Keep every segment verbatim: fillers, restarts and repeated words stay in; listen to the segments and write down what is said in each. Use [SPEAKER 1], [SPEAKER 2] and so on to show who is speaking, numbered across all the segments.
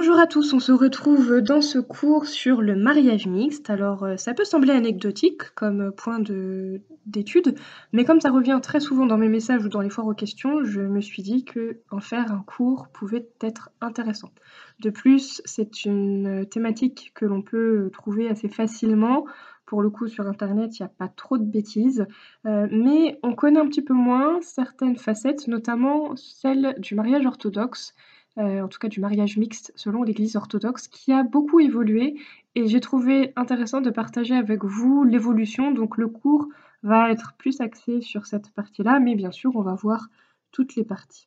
[SPEAKER 1] Bonjour à tous, on se retrouve dans ce cours sur le mariage mixte. Alors, euh, ça peut sembler anecdotique comme point de- d'étude, mais comme ça revient très souvent dans mes messages ou dans les foires aux questions, je me suis dit que en faire un cours pouvait être intéressant. De plus, c'est une thématique que l'on peut trouver assez facilement. Pour le coup, sur Internet, il n'y a pas trop de bêtises, euh, mais on connaît un petit peu moins certaines facettes, notamment celle du mariage orthodoxe. Euh, en tout cas du mariage mixte selon l'Église orthodoxe, qui a beaucoup évolué et j'ai trouvé intéressant de partager avec vous l'évolution. Donc le cours va être plus axé sur cette partie-là, mais bien sûr, on va voir toutes les parties.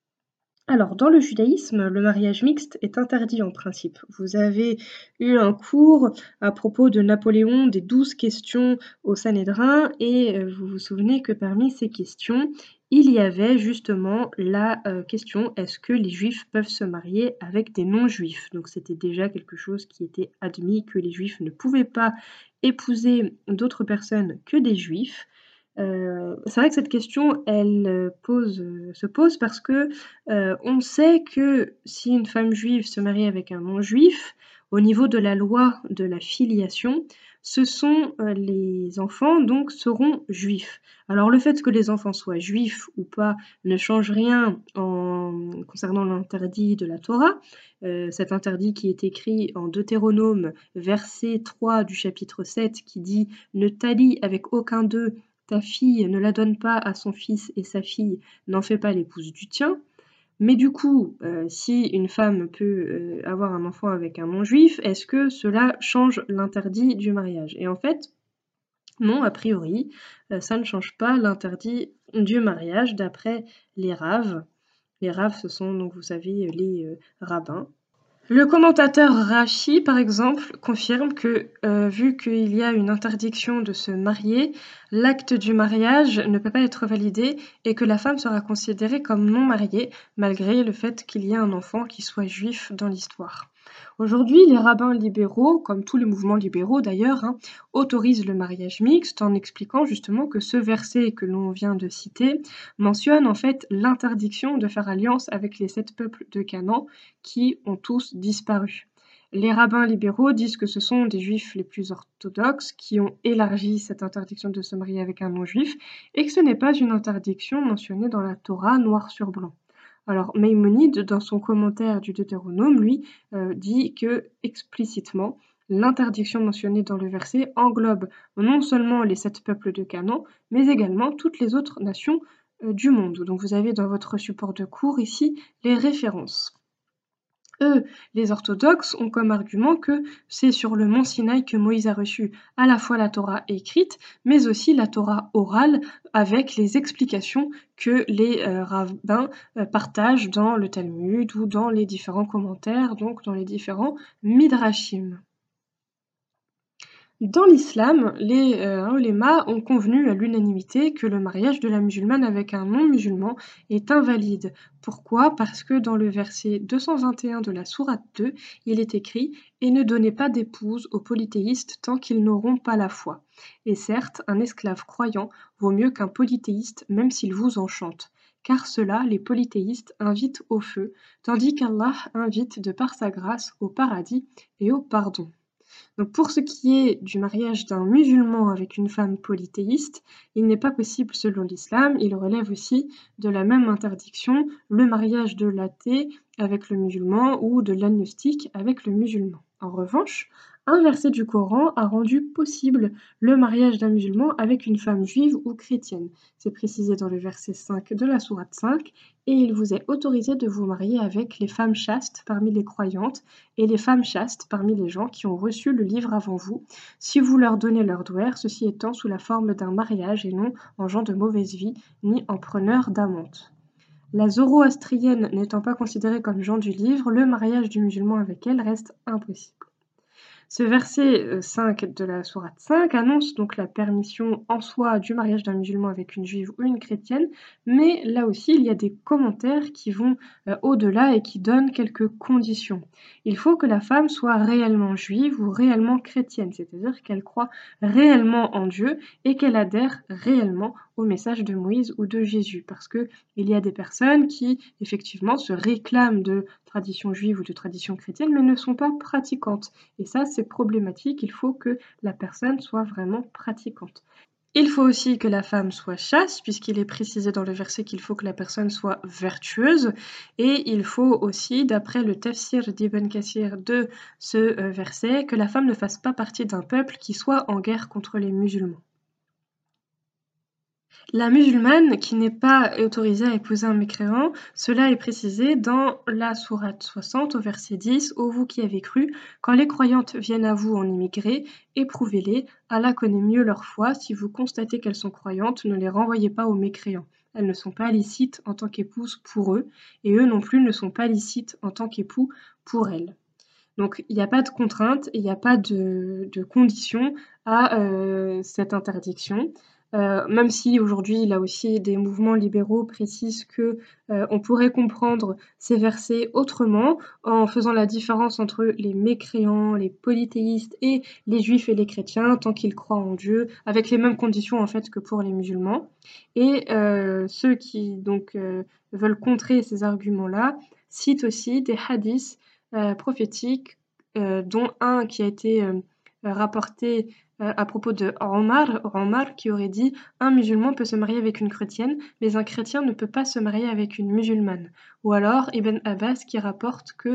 [SPEAKER 1] Alors, dans le judaïsme, le mariage mixte est interdit en principe. Vous avez eu un cours à propos de Napoléon, des douze questions au Sanhédrin, et euh, vous vous souvenez que parmi ces questions, il y avait justement la euh, question, est-ce que les juifs peuvent se marier avec des non-juifs? Donc c'était déjà quelque chose qui était admis, que les juifs ne pouvaient pas épouser d'autres personnes que des juifs. Euh, c'est vrai que cette question, elle euh, pose, euh, se pose parce que euh, on sait que si une femme juive se marie avec un non-juif, au niveau de la loi de la filiation, ce sont euh, les enfants donc seront juifs. Alors le fait que les enfants soient juifs ou pas ne change rien en concernant l'interdit de la Torah. Euh, cet interdit qui est écrit en Deutéronome, verset trois du chapitre sept, qui dit « Ne t'allie avec aucun d'eux, ta fille ne la donne pas à son fils et sa fille n'en fait pas l'épouse du tien ». Mais du coup, euh, si une femme peut euh, avoir un enfant avec un non-juif, est-ce que cela change l'interdit du mariage? Et en fait, non, a priori, euh, ça ne change pas l'interdit du mariage d'après les raves. Les raves, ce sont, donc vous savez, les euh, rabbins. Le commentateur Rachi, par exemple, confirme que, euh, vu qu'il y a une interdiction de se marier, l'acte du mariage ne peut pas être validé et que la femme sera considérée comme non mariée, malgré le fait qu'il y ait un enfant qui soit juif dans l'histoire. Aujourd'hui, les rabbins libéraux, comme tous les mouvements libéraux d'ailleurs, hein, autorisent le mariage mixte en expliquant justement que ce verset que l'on vient de citer mentionne en fait l'interdiction de faire alliance avec les sept peuples de Canaan qui ont tous disparu. Les rabbins libéraux disent que ce sont des juifs les plus orthodoxes qui ont élargi cette interdiction de se marier avec un non-juif et que ce n'est pas une interdiction mentionnée dans la Torah noir sur blanc. Alors Maïmonide, dans son commentaire du Deutéronome, lui, euh, dit que explicitement, l'interdiction mentionnée dans le verset englobe non seulement les sept peuples de Canaan, mais également toutes les autres nations euh, du monde. Donc vous avez dans votre support de cours ici les références. Eux, les orthodoxes, ont comme argument que c'est sur le mont Sinaï que Moïse a reçu à la fois la Torah écrite, mais aussi la Torah orale, avec les explications que les euh, rabbins euh, partagent dans le Talmud ou dans les différents commentaires, donc dans les différents midrashim. Dans l'islam, les euh, ulémas ont convenu à l'unanimité que le mariage de la musulmane avec un non-musulman est invalide. Pourquoi? Parce que dans le verset deux cent vingt et un de la sourate deux, il est écrit « Et ne donnez pas d'épouse aux polythéistes tant qu'ils n'auront pas la foi. Et certes, un esclave croyant vaut mieux qu'un polythéiste même s'il vous enchante. Car cela, les polythéistes invitent au feu, tandis qu'Allah invite de par sa grâce au paradis et au pardon. » Donc pour ce qui est du mariage d'un musulman avec une femme polythéiste, il n'est pas possible selon l'islam, il relève aussi de la même interdiction, le mariage de l'athée avec le musulman ou de l'agnostique avec le musulman. En revanche, un verset du Coran a rendu possible le mariage d'un musulman avec une femme juive ou chrétienne. C'est précisé dans le verset cinq de la sourate cinq, et il vous est autorisé de vous marier avec les femmes chastes parmi les croyantes et les femmes chastes parmi les gens qui ont reçu le livre avant vous, si vous leur donnez leur douaire, ceci étant sous la forme d'un mariage et non en gens de mauvaise vie, ni en preneurs d'amantes. La zoroastrienne n'étant pas considérée comme gens du livre, le mariage du musulman avec elle reste impossible. Ce verset cinq de la sourate cinq annonce donc la permission en soi du mariage d'un musulman avec une juive ou une chrétienne, mais là aussi il y a des commentaires qui vont euh, au-delà et qui donnent quelques conditions. Il faut que la femme soit réellement juive ou réellement chrétienne, c'est-à-dire qu'elle croit réellement en Dieu et qu'elle adhère réellement au message de Moïse ou de Jésus. Parce qu'il y a des personnes qui, effectivement, se réclament de tradition juive ou de tradition chrétienne, mais ne sont pas pratiquantes. Et ça, c'est problématique. Il faut que la personne soit vraiment pratiquante. Il faut aussi que la femme soit chaste, puisqu'il est précisé dans le verset qu'il faut que la personne soit vertueuse. Et il faut aussi, d'après le tafsir d'Ibn Kathir de ce euh, verset, que la femme ne fasse pas partie d'un peuple qui soit en guerre contre les musulmans. La musulmane qui n'est pas autorisée à épouser un mécréant, cela est précisé dans la sourate soixante au verset dix. Ô vous qui avez cru, quand les croyantes viennent à vous en immigré, éprouvez-les, Allah connaît mieux leur foi, si vous constatez qu'elles sont croyantes, ne les renvoyez pas aux mécréants. Elles ne sont pas licites en tant qu'épouses pour eux, et eux non plus ne sont pas licites en tant qu'époux pour elles. Donc il n'y a pas de contrainte, il n'y a pas de, de condition à euh, cette interdiction. Euh, même si aujourd'hui, là aussi, des mouvements libéraux précisent que euh, on pourrait comprendre ces versets autrement, en faisant la différence entre les mécréants, les polythéistes et les juifs et les chrétiens, tant qu'ils croient en Dieu, avec les mêmes conditions en fait que pour les musulmans. Et euh, ceux qui donc euh, veulent contrer ces arguments-là citent aussi des hadiths euh, prophétiques, euh, dont un qui a été euh, rapporté euh, à propos de Omar, Omar qui aurait dit « Un musulman peut se marier avec une chrétienne, mais un chrétien ne peut pas se marier avec une musulmane. » Ou alors Ibn Abbas qui rapporte que,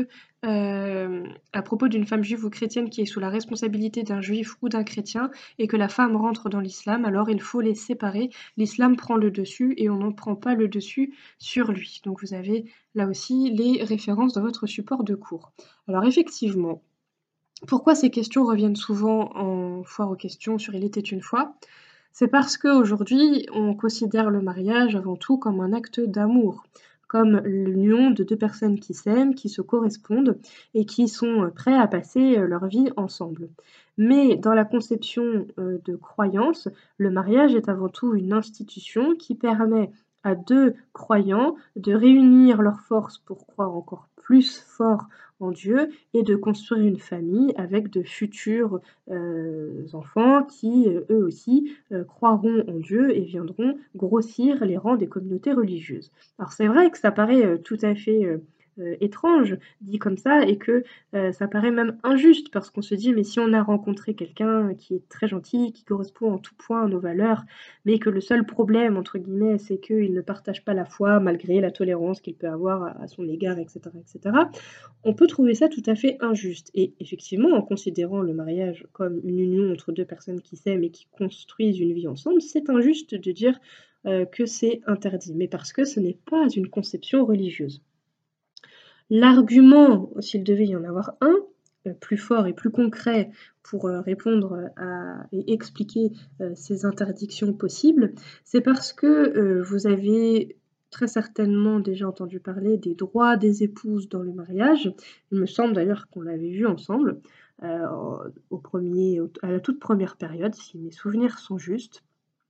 [SPEAKER 1] euh, à propos d'une femme juive ou chrétienne qui est sous la responsabilité d'un juif ou d'un chrétien, et que la femme rentre dans l'islam, alors il faut les séparer. L'islam prend le dessus et on n'en prend pas le dessus sur lui. Donc vous avez là aussi les références dans votre support de cours. Alors effectivement, pourquoi ces questions reviennent souvent en foire aux questions sur Il était une fois? C'est parce qu'aujourd'hui, on considère le mariage avant tout comme un acte d'amour, comme l'union de deux personnes qui s'aiment, qui se correspondent et qui sont prêts à passer leur vie ensemble. Mais dans la conception euh, de croyance, le mariage est avant tout une institution qui permet à deux croyants de réunir leurs forces pour croire encore plus fort en Dieu et de construire une famille avec de futurs euh, enfants qui, euh, eux aussi, euh, croiront en Dieu et viendront grossir les rangs des communautés religieuses. Alors c'est vrai que ça paraît euh, tout à fait euh, euh, étrange dit comme ça et que euh, ça paraît même injuste parce qu'on se dit mais si on a rencontré quelqu'un qui est très gentil, qui correspond en tout point à nos valeurs, mais que le seul problème entre guillemets c'est qu'il ne partage pas la foi malgré la tolérance qu'il peut avoir à, à son égard, et cetera, et cetera. On peut trouver ça tout à fait injuste. Et effectivement, en considérant le mariage comme une union entre deux personnes qui s'aiment et qui construisent une vie ensemble, c'est injuste de dire euh, que c'est interdit, mais parce que ce n'est pas une conception religieuse. L'argument, s'il devait y en avoir un, euh, plus fort et plus concret pour euh, répondre à, et expliquer euh, ces interdictions possibles, c'est parce que euh, vous avez très certainement déjà entendu parler des droits des épouses dans le mariage. Il me semble d'ailleurs qu'on l'avait vu ensemble euh, au premier, à la toute première période, si mes souvenirs sont justes.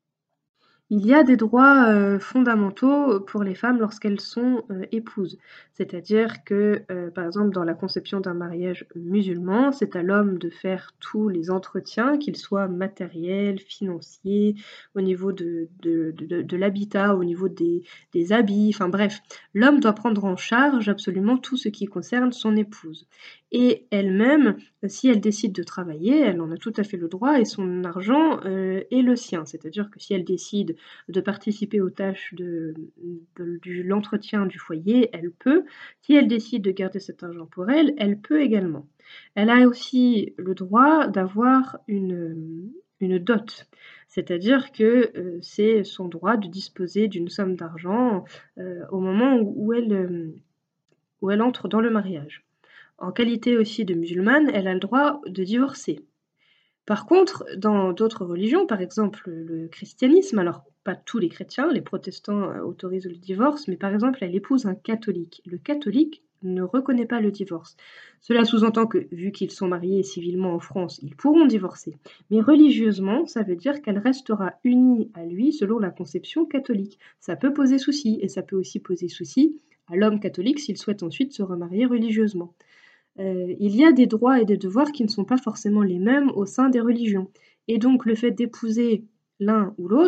[SPEAKER 1] Il y a des droits euh, fondamentaux pour les femmes lorsqu'elles sont euh, épouses. C'est-à-dire que, euh, par exemple, dans la conception d'un mariage musulman, c'est à l'homme de faire tous les entretiens, qu'ils soient matériels, financiers, au niveau de, de, de, de l'habitat, au niveau des, des habits, enfin bref. L'homme doit prendre en charge absolument tout ce qui concerne son épouse. Et elle-même, si elle décide de travailler, elle en a tout à fait le droit et son argent euh, est le sien. C'est-à-dire que si elle décide de participer aux tâches de, de, de l'entretien du foyer, elle peut. Si elle décide de garder cet argent pour elle, elle peut également. Elle a aussi le droit d'avoir une, une dot. C'est-à-dire que euh, c'est son droit de disposer d'une somme d'argent euh, au moment où, où, elle, euh, où elle entre dans le mariage. En qualité aussi de musulmane, elle a le droit de divorcer. Par contre, dans d'autres religions, par exemple le christianisme, alors pas tous les chrétiens, les protestants euh, autorisent le divorce, mais par exemple elle épouse un catholique. Le catholique ne reconnaît pas le divorce. Cela sous-entend que, vu qu'ils sont mariés civilement en France, ils pourront divorcer. Mais religieusement, ça veut dire qu'elle restera unie à lui selon la conception catholique. Ça peut poser souci, et ça peut aussi poser souci à l'homme catholique s'il souhaite ensuite se remarier religieusement. Euh, il y a des droits et des devoirs qui ne sont pas forcément les mêmes au sein des religions. Et donc le fait d'épouser l'un ou l'autre,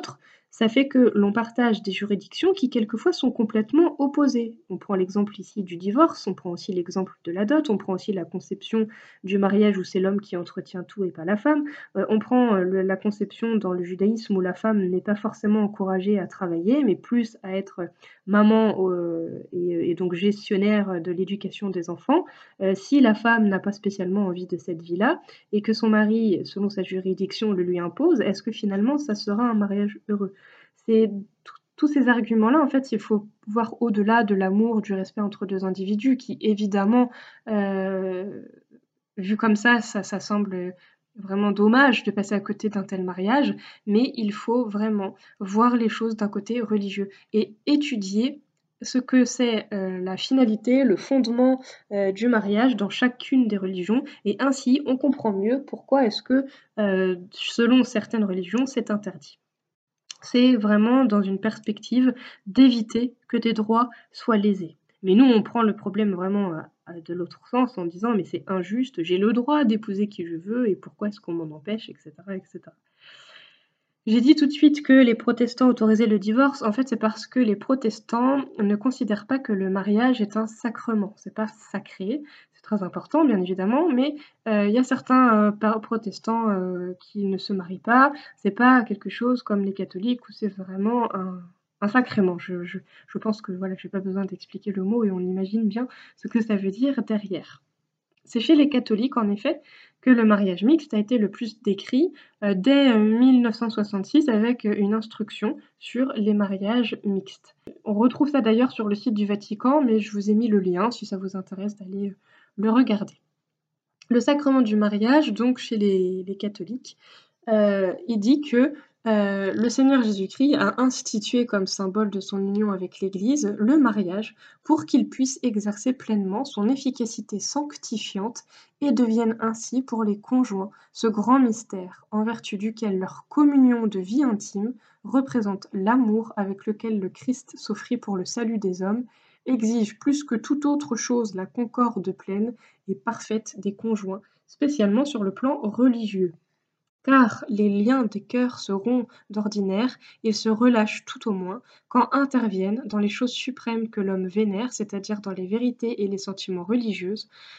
[SPEAKER 1] Ça fait que l'on partage des juridictions qui quelquefois sont complètement opposées. On prend l'exemple ici du divorce, on prend aussi l'exemple de la dot, on prend aussi la conception du mariage où c'est l'homme qui entretient tout et pas la femme. Heu, on prend, heu, le la conception dans le judaïsme où la femme n'est pas forcément encouragée à travailler, mais plus à être maman, heu et et donc gestionnaire de l'éducation des enfants. Heu, si la femme n'a pas spécialement envie de cette vie-là et que son mari, selon sa juridiction, le lui impose, est-ce que finalement ça sera un mariage heureux? C'est tous tous ces arguments-là, en fait, il faut voir au-delà de l'amour, du respect entre deux individus qui évidemment, heu, vu comme ça, ça ça semble, vraiment dommage de passer à côté d'un tel mariage, mais il faut vraiment voir les choses d'un côté religieux et étudier ce que c'est, heu, la finalité, le fondement, heu, du mariage dans chacune des religions et ainsi on comprend mieux pourquoi est-ce que, heu, selon certaines religions, c'est interdit. C'est vraiment dans une perspective d'éviter que des droits soient lésés. Mais nous, on prend le problème vraiment à à de l'autre sens en disant: «Mais c'est injuste, j'ai le droit d'épouser qui je veux et pourquoi est-ce qu'on m'en empêche?» et cetera et cetera. J'ai dit tout de suite que les protestants autorisaient le divorce. En fait, c'est parce que les protestants ne considèrent pas que le mariage est un sacrement. C'est pas sacré, c'est très important bien évidemment, mais heu, il y a certains, heu, pa protestants, heu, qui ne se marient pas. C'est pas quelque chose comme les catholiques où c'est vraiment un un sacrement. Je je je pense que voilà, j'ai pas besoin d'expliquer le mot et on imagine bien ce que ça veut dire derrière. C'est chez les catholiques, en effet, que le mariage mixte a été le plus décrit, heu, dès, heu, mille neuf cent soixante-six avec, heu, une instruction sur les mariages mixtes. On retrouve ça d'ailleurs sur le site du Vatican, mais je vous ai mis le lien si ça vous intéresse d'aller, heu, le regarder. Le sacrement du mariage, donc chez les les catholiques, heu, il dit que, heu, le Seigneur Jésus-Christ a institué comme symbole de son union avec l'Église le mariage pour qu'il puisse exercer pleinement son efficacité sanctifiante et devienne ainsi pour les conjoints ce grand mystère en vertu duquel leur communion de vie intime représente l'amour avec lequel le Christ s'offrit pour le salut des hommes, exige plus que toute autre chose la concorde pleine et parfaite des conjoints, spécialement sur le plan religieux. Car les liens des cœurs se rompent d'ordinaire et se relâchent tout au moins quand interviennent, dans les choses suprêmes que l'homme vénère, c'est-à-dire dans les vérités et les sentiments religieux,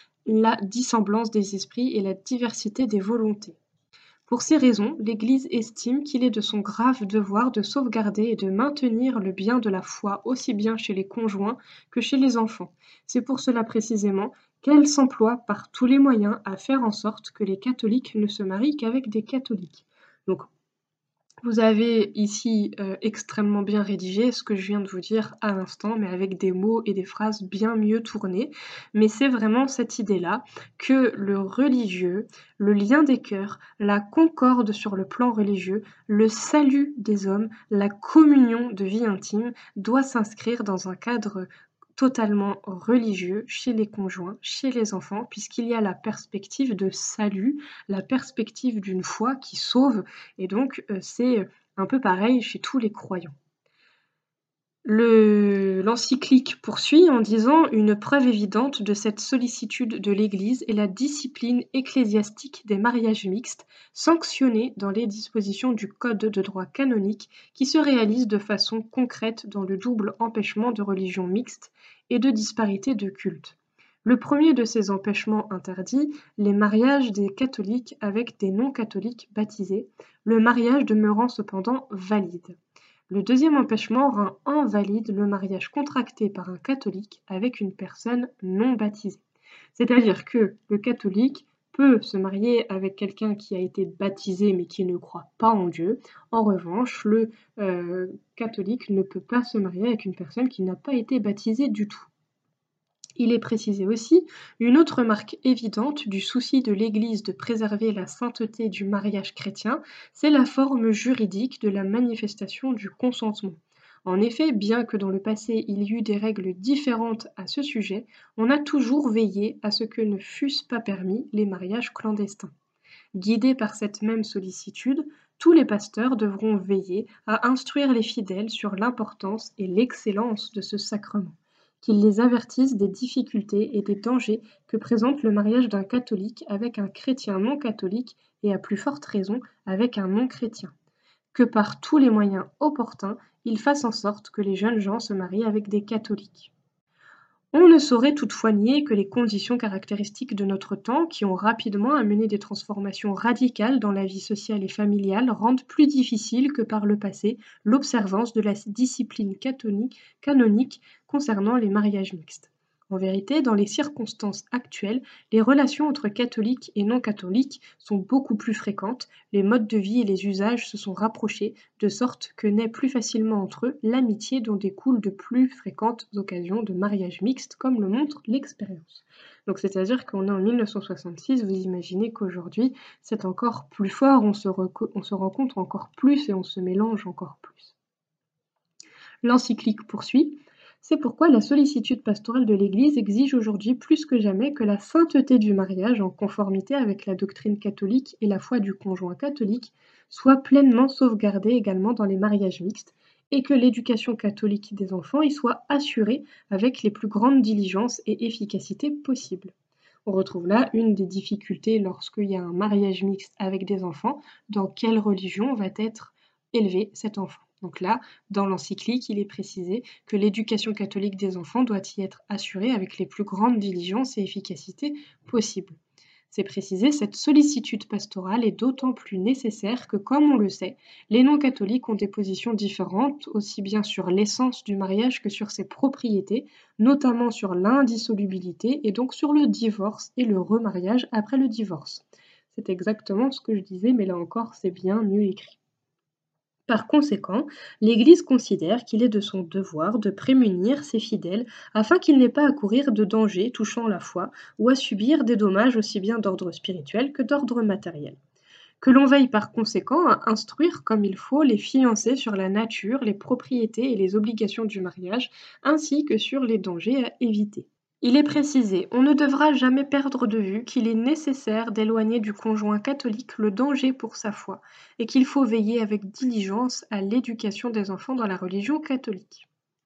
[SPEAKER 1] la dissemblance des esprits et la diversité des volontés. Pour ces raisons, l'Église estime qu'il est de son grave devoir de sauvegarder et de maintenir le bien de la foi aussi bien chez les conjoints que chez les enfants. C'est pour cela précisément qu'elle s'emploie par tous les moyens à faire en sorte que les catholiques ne se marient qu'avec des catholiques. Donc vous avez ici, heu, extrêmement bien rédigé ce que je viens de vous dire à l'instant, mais avec des mots et des phrases bien mieux tournés. Mais c'est vraiment cette idée-là que le religieux, le lien des cœurs, la concorde sur le plan religieux, le salut des hommes, la communion de vie intime doit s'inscrire dans un cadre totalement religieux chez les conjoints, chez les enfants, puisqu'il y a la perspective de salut, la perspective d'une foi qui sauve et donc heu, c'est, un peu pareil chez tous les croyants. Le l'encyclique poursuit en disant: «Une preuve évidente de cette sollicitude de l'Église est la discipline ecclésiastique des mariages mixtes, sanctionnée dans les dispositions du code de droit canonique, qui se réalise de façon concrète dans le double empêchement de religion mixte et de disparité de culte. Le premier de ces empêchements interdit les mariages des catholiques avec des non-catholiques baptisés, le mariage demeurant cependant valide. Le deuxième empêchement rend invalide le mariage contracté par un catholique avec une personne non baptisée. C'est-à-dire que le catholique peut se marier avec quelqu'un qui a été baptisé mais qui ne croit pas en Dieu. En revanche, le euh, catholique ne peut pas se marier avec une personne qui n'a pas été baptisée du tout. Il est précisé aussi une autre marque évidente du souci de l'Église de préserver la sainteté du mariage chrétien, c'est la forme juridique de la manifestation du consentement. En effet, bien que dans le passé il y eut des règles différentes à ce sujet, on a toujours veillé à ce que ne fussent pas permis les mariages clandestins. Guidés par cette même sollicitude, tous les pasteurs devront veiller à instruire les fidèles sur l'importance et l'excellence de ce sacrement, qu'ils les avertissent des difficultés et des dangers que présente le mariage d'un catholique avec un chrétien non catholique et à plus forte raison avec un non chrétien. que par tous les moyens opportuns, il fasse en sorte que les jeunes gens se marient avec des catholiques. On ne saurait toutefois nier que les conditions caractéristiques de notre temps, qui ont rapidement amené des transformations radicales dans la vie sociale et familiale, rendent plus difficile que par le passé l'observance de la discipline catholique- canonique concernant les mariages mixtes. En vérité, dans les circonstances actuelles, les relations entre catholiques et non-catholiques sont beaucoup plus fréquentes, les modes de vie et les usages se sont rapprochés, de sorte que naît plus facilement entre eux l'amitié dont découlent de plus fréquentes occasions de mariage mixte, comme le montre l'expérience. Donc c'est-à-dire qu'on est en mille neuf cent soixante-six, vous imaginez qu'aujourd'hui c'est encore plus fort, on se, reco- on se rencontre encore plus et on se mélange encore plus. L'encyclique poursuit. C'est pourquoi la sollicitude pastorale de l'Église exige aujourd'hui plus que jamais que la sainteté du mariage, en conformité avec la doctrine catholique et la foi du conjoint catholique, soit pleinement sauvegardée également dans les mariages mixtes, et que l'éducation catholique des enfants y soit assurée avec les plus grandes diligences et efficacité possibles. On retrouve là une des difficultés lorsqu'il y a un mariage mixte avec des enfants, dans quelle religion va être élevé cet enfant. Donc là, dans l'encyclique, il est précisé que l'éducation catholique des enfants doit y être assurée avec les plus grandes diligences et efficacité possibles. C'est précisé, cette sollicitude pastorale est d'autant plus nécessaire que, comme on le sait, les non-catholiques ont des positions différentes, aussi bien sur l'essence du mariage que sur ses propriétés, notamment sur l'indissolubilité et donc sur le divorce et le remariage après le divorce. C'est exactement ce que je disais, mais là encore, c'est bien mieux écrit. Par conséquent, l'Église considère qu'il est de son devoir de prémunir ses fidèles afin qu'ils n'aient pas à courir de dangers touchant la foi ou à subir des dommages aussi bien d'ordre spirituel que d'ordre matériel. Que l'on veille par conséquent à instruire comme il faut les fiancés sur la nature, les propriétés et les obligations du mariage, ainsi que sur les dangers à éviter. Il est précisé, on ne devra jamais perdre de vue qu'il est nécessaire d'éloigner du conjoint catholique le danger pour sa foi, et qu'il faut veiller avec diligence à l'éducation des enfants dans la religion catholique.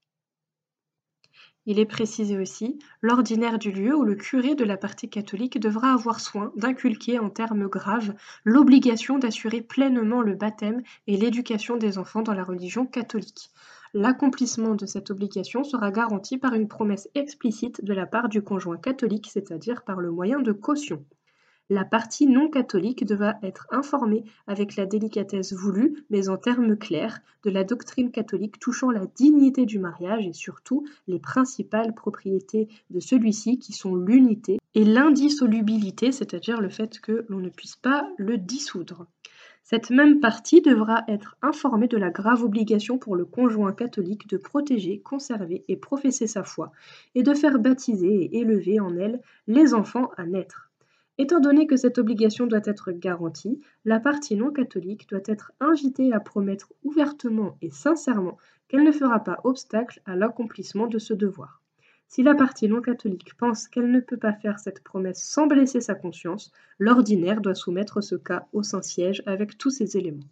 [SPEAKER 1] Il est précisé aussi, l'ordinaire du lieu ou le curé de la partie catholique devra avoir soin d'inculquer en termes graves l'obligation d'assurer pleinement le baptême et l'éducation des enfants dans la religion catholique. L'accomplissement de cette obligation sera garanti par une promesse explicite de la part du conjoint catholique, c'est-à-dire par le moyen de caution. La partie non catholique devra être informée avec la délicatesse voulue, mais en termes clairs, de la doctrine catholique touchant la dignité du mariage et surtout les principales propriétés de celui-ci qui sont l'unité et l'indissolubilité, c'est-à-dire le fait que l'on ne puisse pas le dissoudre. Cette même partie devra être informée de la grave obligation pour le conjoint catholique de protéger, conserver et professer sa foi, et de faire baptiser et élever en elle les enfants à naître. Étant donné que cette obligation doit être garantie, la partie non catholique doit être invitée à promettre ouvertement et sincèrement qu'elle ne fera pas obstacle à l'accomplissement de ce devoir. Si la partie non catholique pense qu'elle ne peut pas faire cette promesse sans blesser sa conscience, l'ordinaire doit soumettre ce cas au Saint-Siège avec tous ses éléments.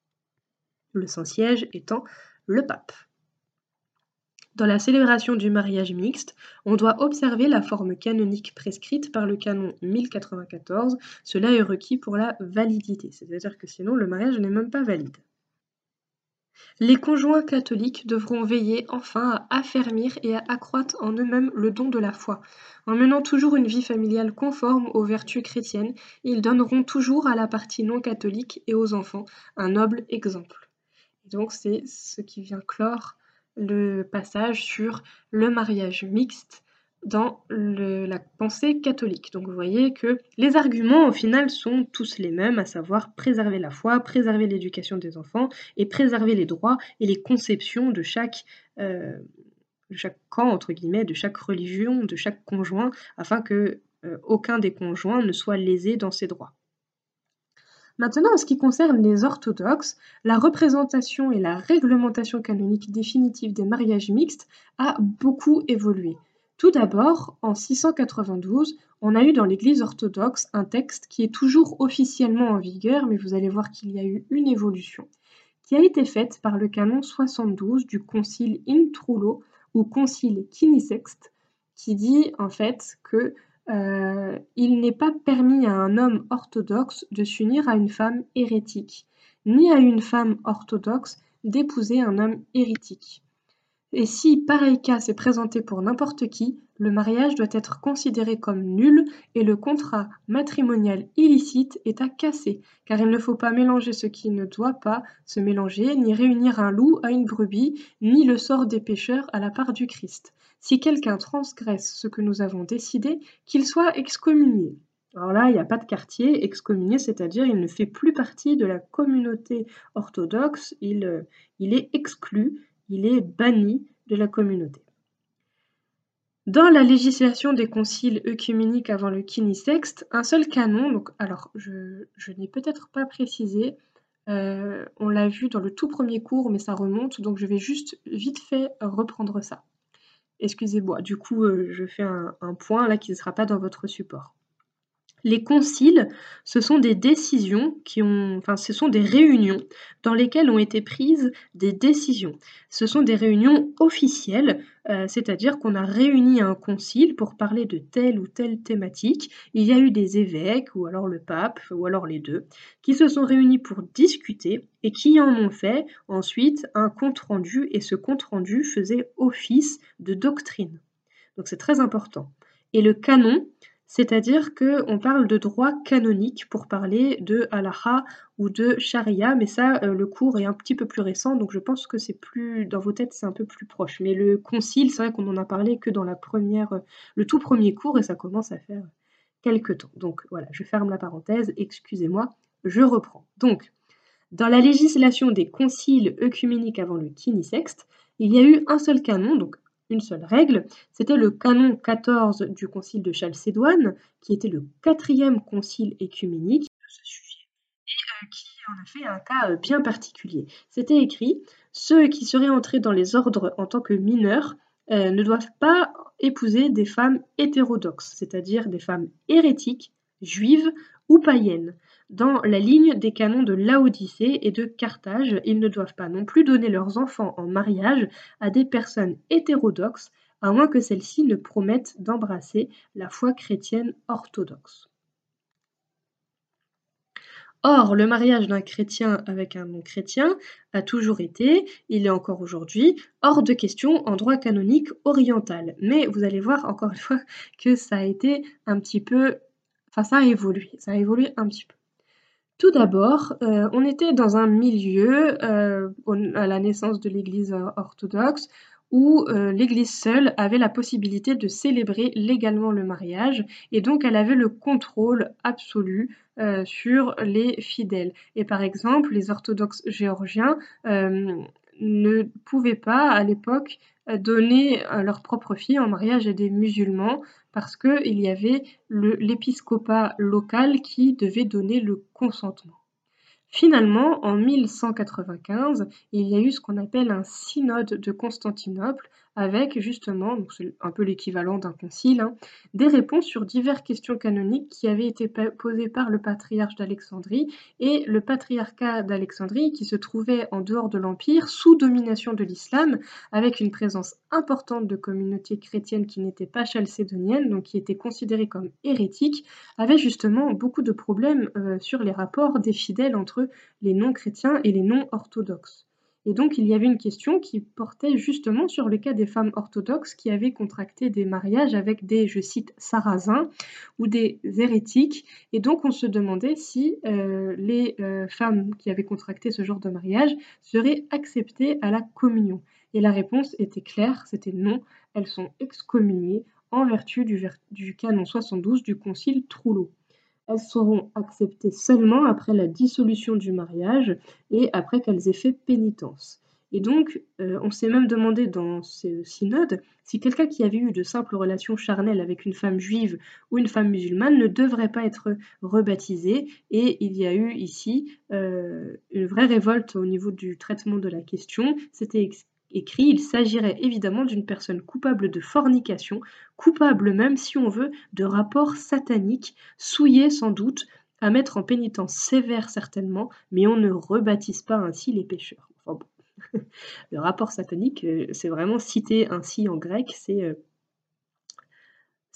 [SPEAKER 1] Le Saint-Siège étant le pape. Dans la célébration du mariage mixte, on doit observer la forme canonique prescrite par le canon mille quatre-vingt-quatorze. Cela est requis pour la validité, c'est-à-dire que sinon le mariage n'est même pas valide. Les conjoints catholiques devront veiller enfin à affermir et à accroître en eux-mêmes le don de la foi. En menant toujours une vie familiale conforme aux vertus chrétiennes, ils donneront toujours à la partie non catholique et aux enfants un noble exemple. Et donc c'est ce qui vient clore le passage sur le mariage mixte dans le, la pensée catholique. Donc vous voyez que les arguments au final sont tous les mêmes, à savoir préserver la foi, préserver l'éducation des enfants et préserver les droits et les conceptions de chaque, euh, de chaque camp, entre guillemets, de chaque religion, de chaque conjoint, afin que euh, aucun des conjoints ne soit lésé dans ses droits. Maintenant, en ce qui concerne les orthodoxes, la représentation et la réglementation canonique définitive des mariages mixtes a beaucoup évolué. Tout d'abord, en six cent quatre-vingt-douze, on a eu dans l'Église orthodoxe un texte qui est toujours officiellement en vigueur, mais vous allez voir qu'il y a eu une évolution, qui a été faite par le canon soixante-douze du concile Intrulo ou concile Quinisexte, qui dit en fait que euh, il n'est pas permis à un homme orthodoxe de s'unir à une femme hérétique. ni à une femme orthodoxe d'épouser un homme hérétique. Et si pareil cas s'est présenté pour n'importe qui, le mariage doit être considéré comme nul et le contrat matrimonial illicite est à casser, car il ne faut pas mélanger ce qui ne doit pas se mélanger, ni réunir un loup à une brebis, ni le sort des pécheurs à la part du Christ. Si quelqu'un transgresse ce que nous avons décidé, qu'il soit excommunié. Alors là, il n'y a pas de quartier, excommunié, c'est-à-dire il ne fait plus partie de la communauté orthodoxe, il, euh, il est exclu, il est banni de la communauté. Dans la législation des conciles œcuméniques avant le Kinisexte, un seul canon, donc alors je, je n'ai peut-être pas précisé, euh, on l'a vu dans le tout premier cours, mais ça remonte, donc je vais juste vite fait reprendre ça. Excusez-moi, du coup euh, je fais un, un point là qui ne sera pas dans votre support. Les conciles, ce sont des décisions qui ont, enfin, ce sont des réunions dans lesquelles ont été prises des décisions. Ce sont des réunions officielles, euh, c'est-à-dire qu'on a réuni un concile pour parler de telle ou telle thématique. Il y a eu des évêques, ou alors le pape, ou alors les deux, qui se sont réunis pour discuter et qui en ont fait ensuite un compte-rendu, et ce compte-rendu faisait office de doctrine. Donc c'est très important. Et le canon, c'est-à-dire qu'on parle de droit canonique pour parler de halakha ou de sharia, mais ça, euh, le cours est un petit peu plus récent, donc je pense que c'est plus, dans vos têtes, c'est un peu plus proche. Mais le concile, c'est vrai qu'on en a parlé que dans la première, le tout premier cours, et ça commence à faire quelques temps. Donc voilà, je ferme la parenthèse, excusez-moi, je reprends. Donc, dans la législation des conciles œcuméniques avant le Kinisexte, il y a eu un seul canon, donc une seule règle, c'était le canon quatorze du concile de Chalcédoine, qui était le quatrième concile œcuménique de ce sujet, et euh, qui en a fait un cas euh, bien particulier. C'était écrit « Ceux qui seraient entrés dans les ordres en tant que mineurs euh, ne doivent pas épouser des femmes hétérodoxes, c'est-à-dire des femmes hérétiques, juives ou païennes. Dans la ligne des canons de Laodicée et de Carthage, ils ne doivent pas non plus donner leurs enfants en mariage à des personnes hétérodoxes, à moins que celles-ci ne promettent d'embrasser la foi chrétienne orthodoxe. » Or, le mariage d'un chrétien avec un non-chrétien a toujours été, il est encore aujourd'hui, hors de question en droit canonique oriental. Mais vous allez voir encore une fois que ça a été un petit peu... Enfin, ça a évolué, ça a évolué un petit peu. Tout d'abord, euh, on était dans un milieu, euh, à la naissance de l'Église orthodoxe, où euh, l'Église seule avait la possibilité de célébrer légalement le mariage, et donc elle avait le contrôle absolu euh, sur les fidèles. Et par exemple, les orthodoxes géorgiens euh, ne pouvaient pas, à l'époque, donner leur propre fille en mariage à des musulmans, parce qu'il y avait l'épiscopat local qui devait donner le consentement. Finalement, en mille cent quatre-vingt-quinze, il y a eu ce qu'on appelle un synode de Constantinople avec justement, donc c'est un peu l'équivalent d'un concile, hein, des réponses sur diverses questions canoniques qui avaient été posées par le patriarche d'Alexandrie et le patriarcat d'Alexandrie qui se trouvait en dehors de l'Empire sous domination de l'islam avec une présence importante de communautés chrétiennes qui n'étaient pas chalcédoniennes, donc qui étaient considérées comme hérétiques, avait justement beaucoup de problèmes euh, sur les rapports des fidèles entre les non-chrétiens et les non-orthodoxes. Et donc, il y avait une question qui portait justement sur le cas des femmes orthodoxes qui avaient contracté des mariages avec des, je cite, sarrasins ou des hérétiques. Et donc, on se demandait si euh, les euh, femmes qui avaient contracté ce genre de mariage seraient acceptées à la communion. Et la réponse était claire, c'était non, elles sont excommuniées en vertu du, ver du canon soixante-douze du concile Trullo. Elles seront acceptées seulement après la dissolution du mariage et après qu'elles aient fait pénitence. Et donc, euh, on s'est même demandé dans ce synode si quelqu'un qui avait eu de simples relations charnelles avec une femme juive ou une femme musulmane ne devrait pas être rebaptisé. Et il y a eu ici euh, une vraie révolte au niveau du traitement de la question. C'était écrit, il s'agirait évidemment d'une personne coupable de fornication, coupable même, si on veut, de rapport satanique, souillée sans doute, à mettre en pénitence sévère certainement, mais on ne rebaptise pas ainsi les pécheurs. Enfin bon. Le rapport satanique, c'est vraiment cité ainsi en grec, c'est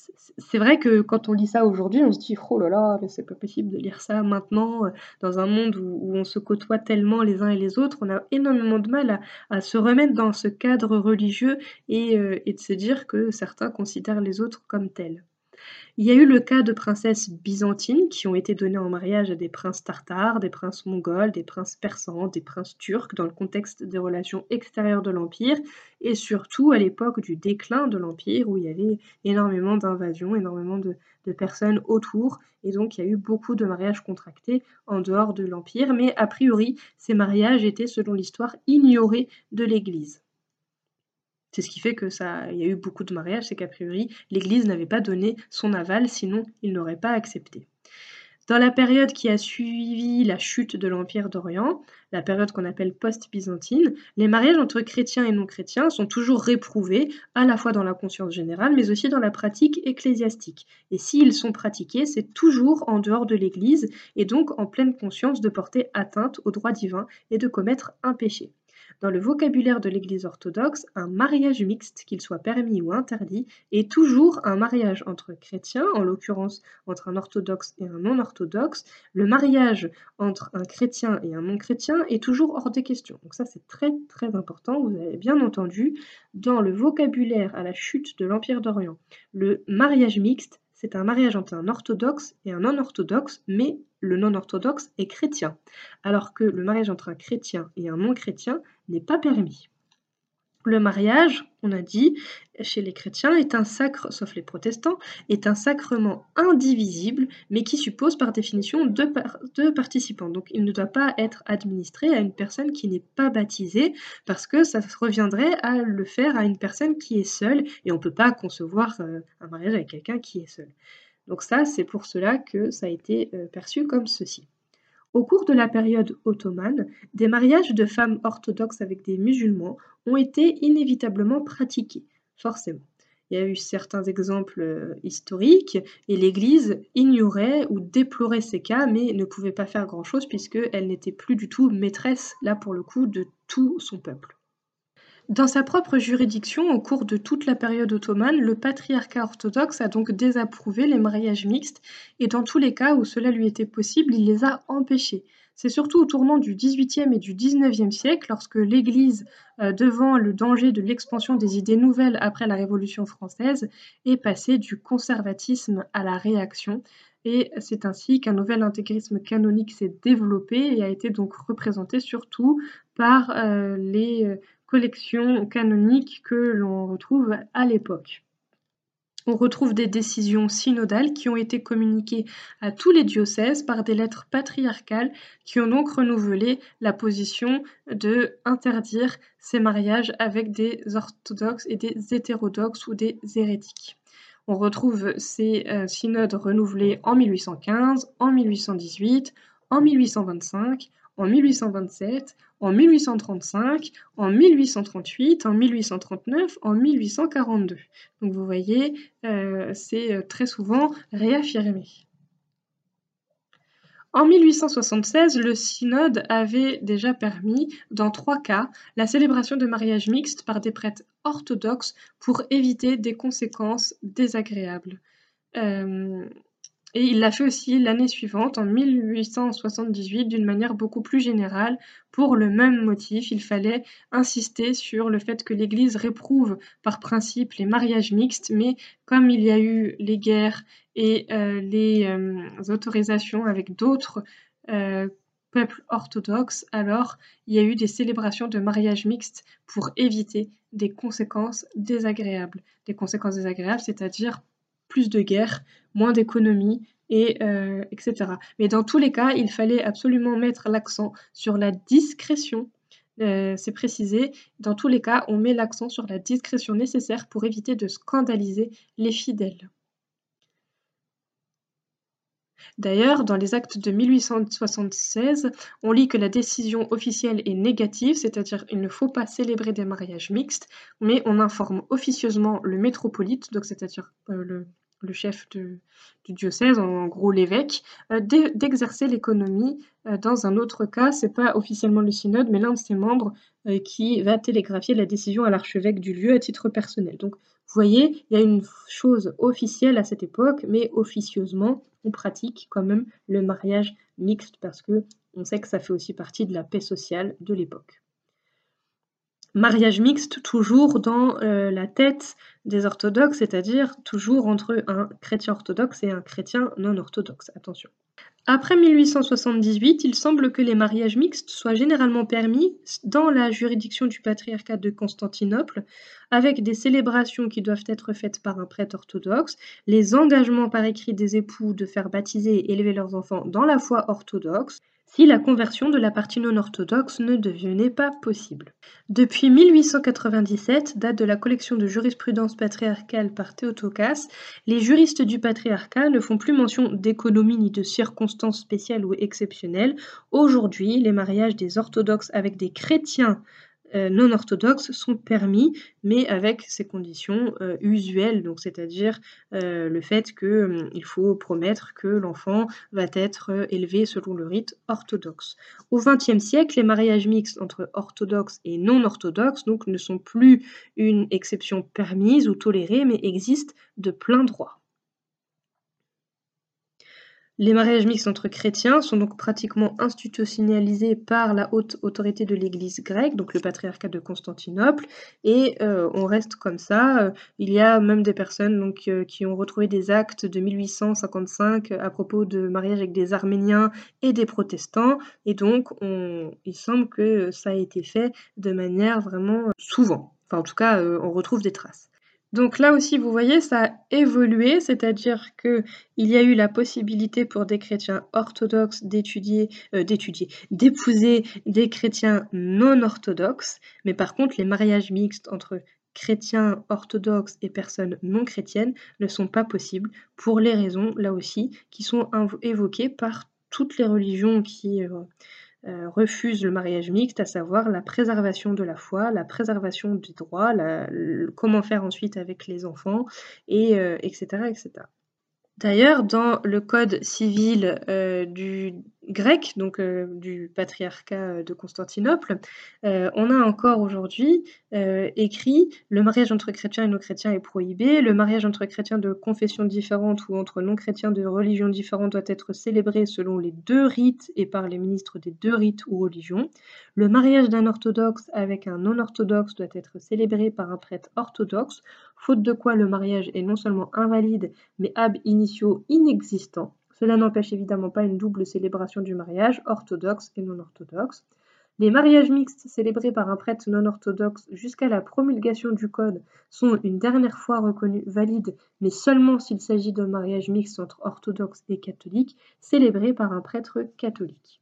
[SPEAKER 1] c'est vrai que quand on lit ça aujourd'hui, on se dit: «Oh là là, mais c'est pas possible de lire ça maintenant, heu, dans un monde où où on se côtoie tellement les uns et les autres». On a énormément de mal à à se remettre dans ce cadre religieux et heu et de se dire que certains considèrent les autres comme tels. Il y a eu le cas de princesses byzantines qui ont été données en mariage à des princes tartares, des princes mongols, des princes persans, des princes turcs dans le contexte des relations extérieures de l'empire et surtout à l'époque du déclin de l'empire où il y avait énormément d'invasions, énormément de, de personnes autour et donc il y a eu beaucoup de mariages contractés en dehors de l'empire mais a priori ces mariages étaient selon l'histoire ignorés de l'Église. C'est ce qui fait que ça il y a eu beaucoup de mariages, c'est qu'a priori, l'Église n'avait pas donné son aval, sinon ils n'auraient pas accepté. Dans la période qui a suivi la chute de l'Empire d'Orient, la période qu'on appelle post-byzantine, les mariages entre chrétiens et non-chrétiens sont toujours réprouvés, à la fois dans la conscience générale, mais aussi dans la pratique ecclésiastique. Et s'ils sont pratiqués, c'est toujours en dehors de l'Église, et donc en pleine conscience de porter atteinte au droit divin et de commettre un péché. Dans le vocabulaire de l'Église orthodoxe, un mariage mixte, qu'il soit permis ou interdit, est toujours un mariage entre chrétiens, en l'occurrence entre un orthodoxe et un non-orthodoxe. Le mariage entre un chrétien et un non-chrétien est toujours hors des questions. Donc ça, c'est très très important, vous avez bien entendu. Dans le vocabulaire à la chute de l'Empire d'Orient, le mariage mixte, c'est un mariage entre un orthodoxe et un non-orthodoxe, mais le non-orthodoxe est chrétien, alors que le mariage entre un chrétien et un non-chrétien n'est pas permis. Le mariage, on a dit, chez les chrétiens est un sacre, sauf les protestants, est un sacrement indivisible, mais qui suppose par définition deux, par deux participants. Donc il ne doit pas être administré à une personne qui n'est pas baptisée, parce que ça reviendrait à le faire à une personne qui est seule, et on ne peut pas concevoir euh, un mariage avec quelqu'un qui est seul. Donc ça, c'est pour cela que ça a été euh, perçu comme ceci. Au cours de la période ottomane, des mariages de femmes orthodoxes avec des musulmans ont été inévitablement pratiqués, forcément. Il y a eu certains exemples euh, historiques et l'Église ignorait ou déplorait ces cas mais ne pouvait pas faire grand-chose puisqu'elle n'était plus du tout maîtresse, là pour le coup, de tout son peuple. Dans sa propre juridiction, au cours de toute la période ottomane, le patriarcat orthodoxe a donc désapprouvé les mariages mixtes et dans tous les cas où cela lui était possible, il les a empêchés. C'est surtout au tournant du dix-huitième et du dix-neuvième siècle, lorsque l'Église, euh, devant le danger de l'expansion des idées nouvelles après la Révolution française, est passée du conservatisme à la réaction. Et c'est ainsi qu'un nouvel intégrisme canonique s'est développé et a été donc représenté surtout par euh, les euh, collections canoniques que l'on retrouve à l'époque. On retrouve des décisions synodales qui ont été communiquées à tous les diocèses par des lettres patriarcales qui ont donc renouvelé la position de interdire ces mariages avec des orthodoxes et des hétérodoxes ou des hérétiques. On retrouve ces euh, synodes renouvelés en mille huit cent quinze, en mille huit cent dix-huit, en mille huit cent vingt-cinq, en mille huit cent vingt-sept, en mille huit cent trente-cinq, en mille huit cent trente-huit, en mille huit cent trente-neuf, en mille huit cent quarante-deux. Donc vous voyez, euh, c'est très souvent réaffirmé. En mille huit cent soixante-seize, le synode avait déjà permis, dans trois cas, la célébration de mariages mixtes par des prêtres orthodoxes pour éviter des conséquences désagréables. Euh, Et il l'a fait aussi l'année suivante, en mille huit cent soixante-dix-huit, d'une manière beaucoup plus générale, pour le même motif. Il fallait insister sur le fait que l'Église réprouve par principe les mariages mixtes, mais comme il y a eu les guerres et euh, les euh, autorisations avec d'autres euh, peuples orthodoxes, alors il y a eu des célébrations de mariages mixtes pour éviter des conséquences désagréables. Des conséquences désagréables, c'est-à-dire plus de guerre, moins d'économie, et euh, et cetera. Mais dans tous les cas, il fallait absolument mettre l'accent sur la discrétion. Euh, c'est précisé, dans tous les cas, on met l'accent sur la discrétion nécessaire pour éviter de scandaliser les fidèles. D'ailleurs, dans les actes de mille huit cent soixante-seize, on lit que la décision officielle est négative, c'est-à-dire il ne faut pas célébrer des mariages mixtes, mais on informe officieusement le métropolite, donc c'est-à-dire euh, le, le chef de, du diocèse, en gros l'évêque, euh, d'exercer l'économie. Euh, dans un autre cas, c'est pas officiellement le synode, mais l'un de ses membres euh, qui va télégraphier la décision à l'archevêque du lieu à titre personnel. Donc Vous voyez, il y a une chose officielle à cette époque, mais officieusement, on pratique quand même le mariage mixte parce qu'on sait que ça fait aussi partie de la paix sociale de l'époque. Mariage mixte toujours dans euh, la tête des orthodoxes, c'est-à-dire toujours entre un chrétien orthodoxe et un chrétien non orthodoxe, attention. Après mille huit cent soixante-dix-huit, il semble que les mariages mixtes soient généralement permis dans la juridiction du patriarcat de Constantinople, avec des célébrations qui doivent être faites par un prêtre orthodoxe, les engagements par écrit des époux de faire baptiser et élever leurs enfants dans la foi orthodoxe, si la conversion de la partie non orthodoxe ne devenait pas possible. Depuis mille huit cent quatre-vingt-dix-sept, date de la collection de jurisprudence patriarcale par Théotokos, les juristes du patriarcat ne font plus mention d'économie ni de circonstances spéciales ou exceptionnelles. Aujourd'hui, les mariages des orthodoxes avec des chrétiens euh, non orthodoxes sont permis, mais avec ces conditions euh, usuelles, donc c'est-à-dire euh, le fait qu'il euh, faut promettre que l'enfant va être euh, élevé selon le rite orthodoxe. Au vingtième siècle, les mariages mixtes entre orthodoxes et non orthodoxes donc, ne sont plus une exception permise ou tolérée, mais existent de plein droit. Les mariages mixtes entre chrétiens sont donc pratiquement institutionnalisés par la haute autorité de l'Église grecque, donc le patriarcat de Constantinople, et euh, on reste comme ça. Il y a même des personnes donc, euh, qui ont retrouvé des actes de mille huit cent cinquante-cinq à propos de mariage avec des Arméniens et des protestants, et donc on, il semble que ça a été fait de manière vraiment souvent. Enfin, en tout cas, euh, on retrouve des traces. Donc là aussi, vous voyez, ça a évolué, c'est-à-dire qu'il y a eu la possibilité pour des chrétiens orthodoxes d'étudier, euh, d'étudier, d'épouser des chrétiens non orthodoxes, mais par contre, les mariages mixtes entre chrétiens orthodoxes et personnes non chrétiennes ne sont pas possibles pour les raisons, là aussi, qui sont évoquées par toutes les religions qui... Euh, Euh, refuse le mariage mixte, à savoir la préservation de la foi, la préservation des droits, la, le, comment faire ensuite avec les enfants, et, euh, et cetera, et cetera. D'ailleurs, dans le code civil euh, du grec, donc euh, du patriarcat de Constantinople, euh, on a encore aujourd'hui euh, écrit « Le mariage entre chrétiens et non-chrétiens est prohibé, le mariage entre chrétiens de confessions différentes ou entre non-chrétiens de religions différentes doit être célébré selon les deux rites et par les ministres des deux rites ou religions. Le mariage d'un orthodoxe avec un non-orthodoxe doit être célébré par un prêtre orthodoxe, faute de quoi le mariage est non seulement invalide, mais ab initio inexistant. Cela n'empêche évidemment pas une double célébration du mariage, orthodoxe et non orthodoxe. Les mariages mixtes célébrés par un prêtre non orthodoxe jusqu'à la promulgation du code sont une dernière fois reconnus valides, mais seulement s'il s'agit d'un mariage mixte entre orthodoxes et catholiques, célébré par un prêtre catholique.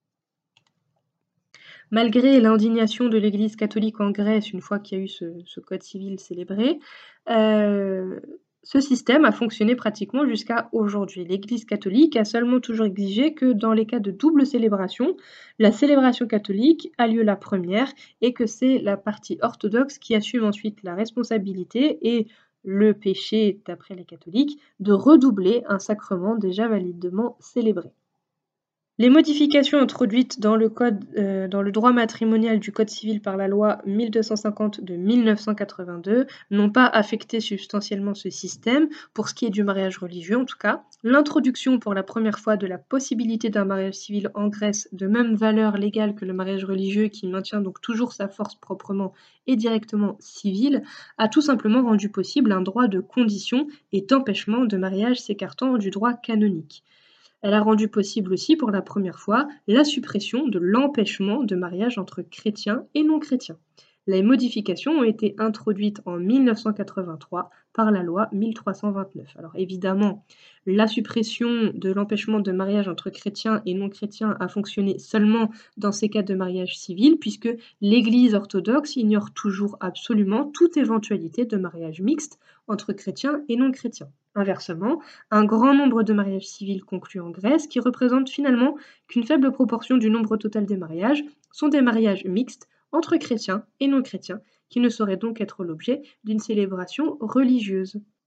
[SPEAKER 1] Malgré l'indignation de l'Église catholique en Grèce, une fois qu'il y a eu ce, ce code civil célébré, euh, ce système a fonctionné pratiquement jusqu'à aujourd'hui. L'Église catholique a seulement toujours exigé que dans les cas de double célébration, la célébration catholique a lieu la première et que c'est la partie orthodoxe qui assume ensuite la responsabilité et le péché, d'après les catholiques, de redoubler un sacrement déjà validement célébré. Les modifications introduites dans le, code, euh, dans le droit matrimonial du Code civil par la loi mille deux cent cinquante de mille neuf cent quatre-vingt-deux n'ont pas affecté substantiellement ce système, pour ce qui est du mariage religieux en tout cas. L'introduction pour la première fois de la possibilité d'un mariage civil en Grèce de même valeur légale que le mariage religieux, qui maintient donc toujours sa force proprement et directement civile, a tout simplement rendu possible un droit de condition et d'empêchement de mariage s'écartant du droit canonique. Elle a rendu possible aussi pour la première fois la suppression de l'empêchement de mariage entre chrétiens et non-chrétiens. Les modifications ont été introduites en mille neuf cent quatre-vingt-trois par la loi mille trois cent vingt-neuf. Alors évidemment, la suppression de l'empêchement de mariage entre chrétiens et non-chrétiens a fonctionné seulement dans ces cas de mariage civil, puisque l'Église orthodoxe ignore toujours absolument toute éventualité de mariage mixte entre chrétiens et non-chrétiens. Inversement, un grand nombre de mariages civils conclus en Grèce, qui représentent finalement qu'une faible proportion du nombre total des mariages, sont des mariages mixtes entre chrétiens et non-chrétiens, qui ne sauraient donc être l'objet d'une célébration religieuse.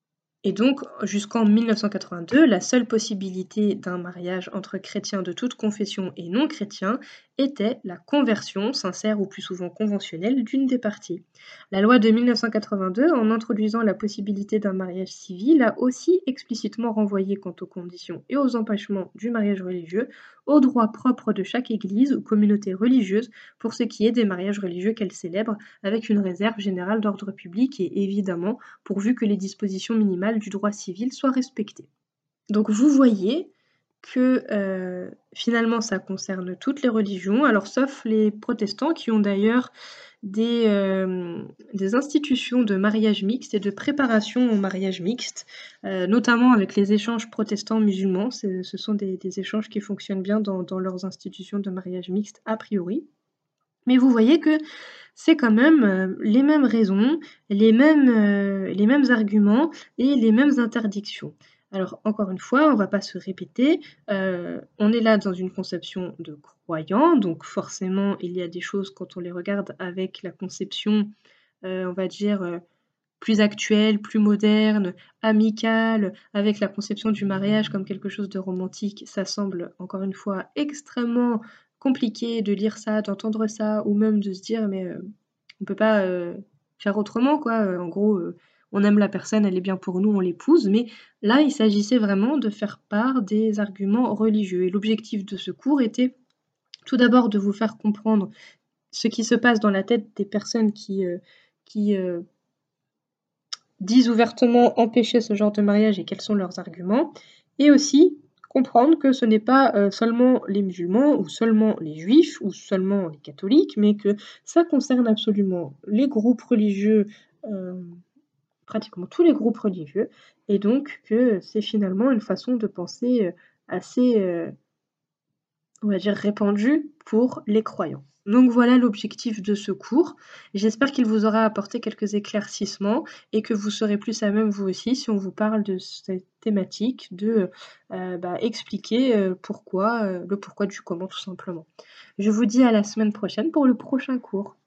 [SPEAKER 1] Et donc, jusqu'en mille neuf cent quatre-vingt-deux, la seule possibilité d'un mariage entre chrétiens de toute confession et non chrétiens était la conversion, sincère ou plus souvent conventionnelle, d'une des parties. La loi de mille neuf cent quatre-vingt-deux, en introduisant la possibilité d'un mariage civil, a aussi explicitement renvoyé quant aux conditions et aux empêchements du mariage religieux aux droits propres de chaque église ou communauté religieuse pour ce qui est des mariages religieux qu'elle célèbre, avec une réserve générale d'ordre public et évidemment pourvu que les dispositions minimales du droit civil soient respectées. Donc vous voyez que euh, finalement ça concerne toutes les religions, alors sauf les protestants qui ont d'ailleurs des, euh, des institutions de mariage mixte et de préparation au mariage mixte, euh, notamment avec les échanges protestants-musulmans. Ce sont des, des échanges qui fonctionnent bien dans, dans leurs institutions de mariage mixte a priori. Mais vous voyez que c'est quand même euh, les mêmes raisons, les mêmes, euh, les mêmes arguments et les mêmes interdictions. Alors, encore une fois, on ne va pas se répéter, euh, on est là dans une conception de croyant, donc forcément, il y a des choses, quand on les regarde avec la conception, euh, on va dire, euh, plus actuelle, plus moderne, amicale, avec la conception du mariage comme quelque chose de romantique, ça semble, encore une fois, extrêmement compliqué de lire ça, d'entendre ça, ou même de se dire, mais euh, on peut pas euh, faire autrement, quoi. Euh, en gros, euh, on aime la personne, elle est bien pour nous, on l'épouse. Mais là, il s'agissait vraiment de faire part des arguments religieux. Et l'objectif de ce cours était tout d'abord de vous faire comprendre ce qui se passe dans la tête des personnes qui, euh, qui euh, disent ouvertement empêcher ce genre de mariage et quels sont leurs arguments. Et aussi comprendre que ce n'est pas euh, seulement les musulmans ou seulement les juifs ou seulement les catholiques, mais que ça concerne absolument les groupes religieux, euh, pratiquement tous les groupes religieux, et donc que c'est finalement une façon de penser euh, assez, euh, on va dire, répandue pour les croyants. Donc voilà l'objectif de ce cours. J'espère qu'il vous aura apporté quelques éclaircissements et que vous serez plus à même vous aussi si on vous parle de cette thématique, de euh, bah, expliquer euh, pourquoi, euh, le pourquoi du comment tout simplement. Je vous dis à la semaine prochaine pour le prochain cours.